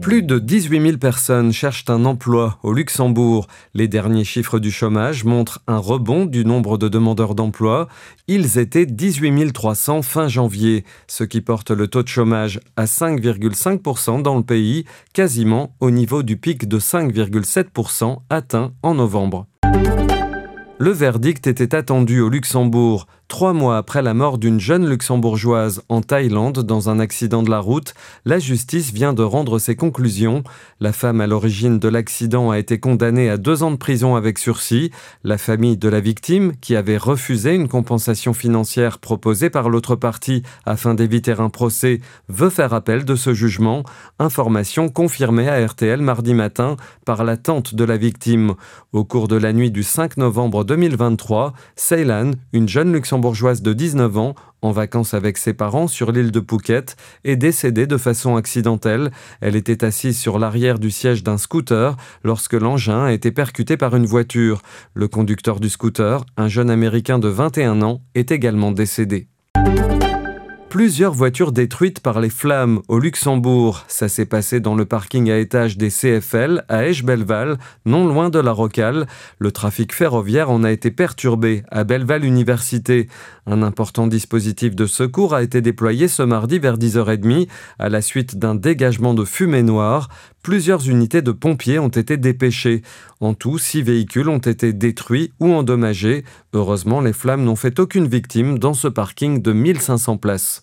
Plus de 18 000 personnes cherchent un emploi au Luxembourg. Les derniers chiffres du chômage montrent un rebond du nombre de demandeurs d'emploi. Ils étaient 18 300 fin janvier, ce qui porte le taux de chômage à 5,5% dans le pays, quasiment au niveau du pic de 5,7% atteint en novembre. Le verdict était attendu au Luxembourg. 3 mois après la mort d'une jeune luxembourgeoise en Thaïlande dans un accident de la route, la justice vient de rendre ses conclusions. La femme à l'origine de l'accident a été condamnée à 2 ans de prison avec sursis. La famille de la victime, qui avait refusé une compensation financière proposée par l'autre partie afin d'éviter un procès, veut faire appel de ce jugement. Information confirmée à RTL mardi matin par la tante de la victime. Au cours de la nuit du 5 novembre 2023, Ceylan, une jeune luxembourgeoise de 19 ans, en vacances avec ses parents sur l'île de Phuket, est décédée de façon accidentelle. Elle était assise sur l'arrière du siège d'un scooter lorsque l'engin a été percuté par une voiture. Le conducteur du scooter, un jeune Américain de 21 ans, est également décédé. Plusieurs voitures détruites par les flammes au Luxembourg. Ça s'est passé dans le parking à étage des CFL à Esch-Bellewalle, non loin de la Rocale. Le trafic ferroviaire en a été perturbé à Bellewalle Université. Un important dispositif de secours a été déployé ce mardi vers 10h30 à la suite d'un dégagement de fumée noire. Plusieurs unités de pompiers ont été dépêchées. En tout, 6 véhicules ont été détruits ou endommagés. Heureusement, les flammes n'ont fait aucune victime dans ce parking de 1500 places.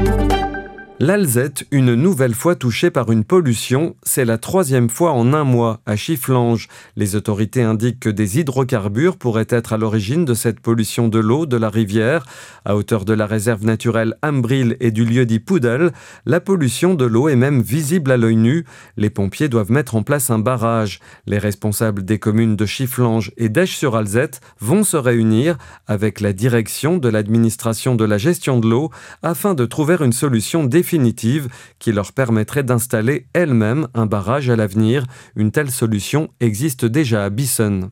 L'Alzette, une nouvelle fois touchée par une pollution, c'est la 3e fois en un mois à Chifflange. Les autorités indiquent que des hydrocarbures pourraient être à l'origine de cette pollution de l'eau de la rivière. À hauteur de la réserve naturelle Ambril et du lieu-dit Poudel, la pollution de l'eau est même visible à l'œil nu. Les pompiers doivent mettre en place un barrage. Les responsables des communes de Chifflange et d'Esch-sur-Alzette vont se réunir avec la direction de l'administration de la gestion de l'eau afin de trouver une solution définitive qui leur permettrait d'installer elles-mêmes un barrage à l'avenir. Une telle solution existe déjà à Bissen.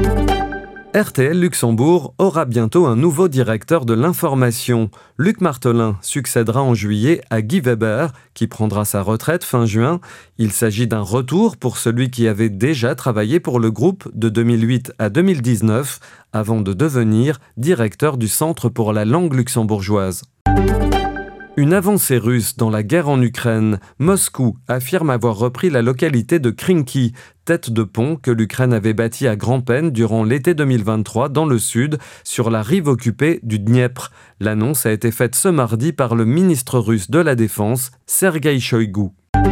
RTL Luxembourg aura bientôt un nouveau directeur de l'information. Luc Martelin succédera en juillet à Guy Weber, qui prendra sa retraite fin juin. Il s'agit d'un retour pour celui qui avait déjà travaillé pour le groupe de 2008 à 2019, avant de devenir directeur du Centre pour la langue luxembourgeoise. Une avancée russe dans la guerre en Ukraine. Moscou affirme avoir repris la localité de Krinky, tête de pont que l'Ukraine avait bâtie à grand-peine durant l'été 2023 dans le sud, sur la rive occupée du Dniepr. L'annonce a été faite ce mardi par le ministre russe de la Défense, Sergueï Shoïgu.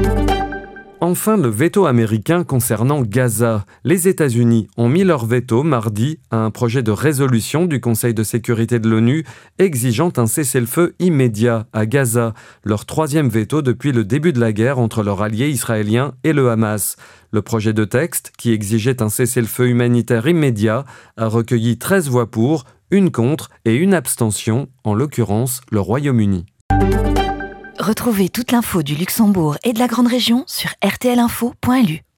Enfin, le veto américain concernant Gaza. Les États-Unis ont mis leur veto mardi à un projet de résolution du Conseil de sécurité de l'ONU exigeant un cessez-le-feu immédiat à Gaza, leur 3e veto depuis le début de la guerre entre leur allié israélien et le Hamas. Le projet de texte, qui exigeait un cessez-le-feu humanitaire immédiat, a recueilli 13 voix pour, 1 contre et 1 abstention, en l'occurrence le Royaume-Uni. Retrouvez toute l'info du Luxembourg et de la Grande Région sur rtlinfo.lu.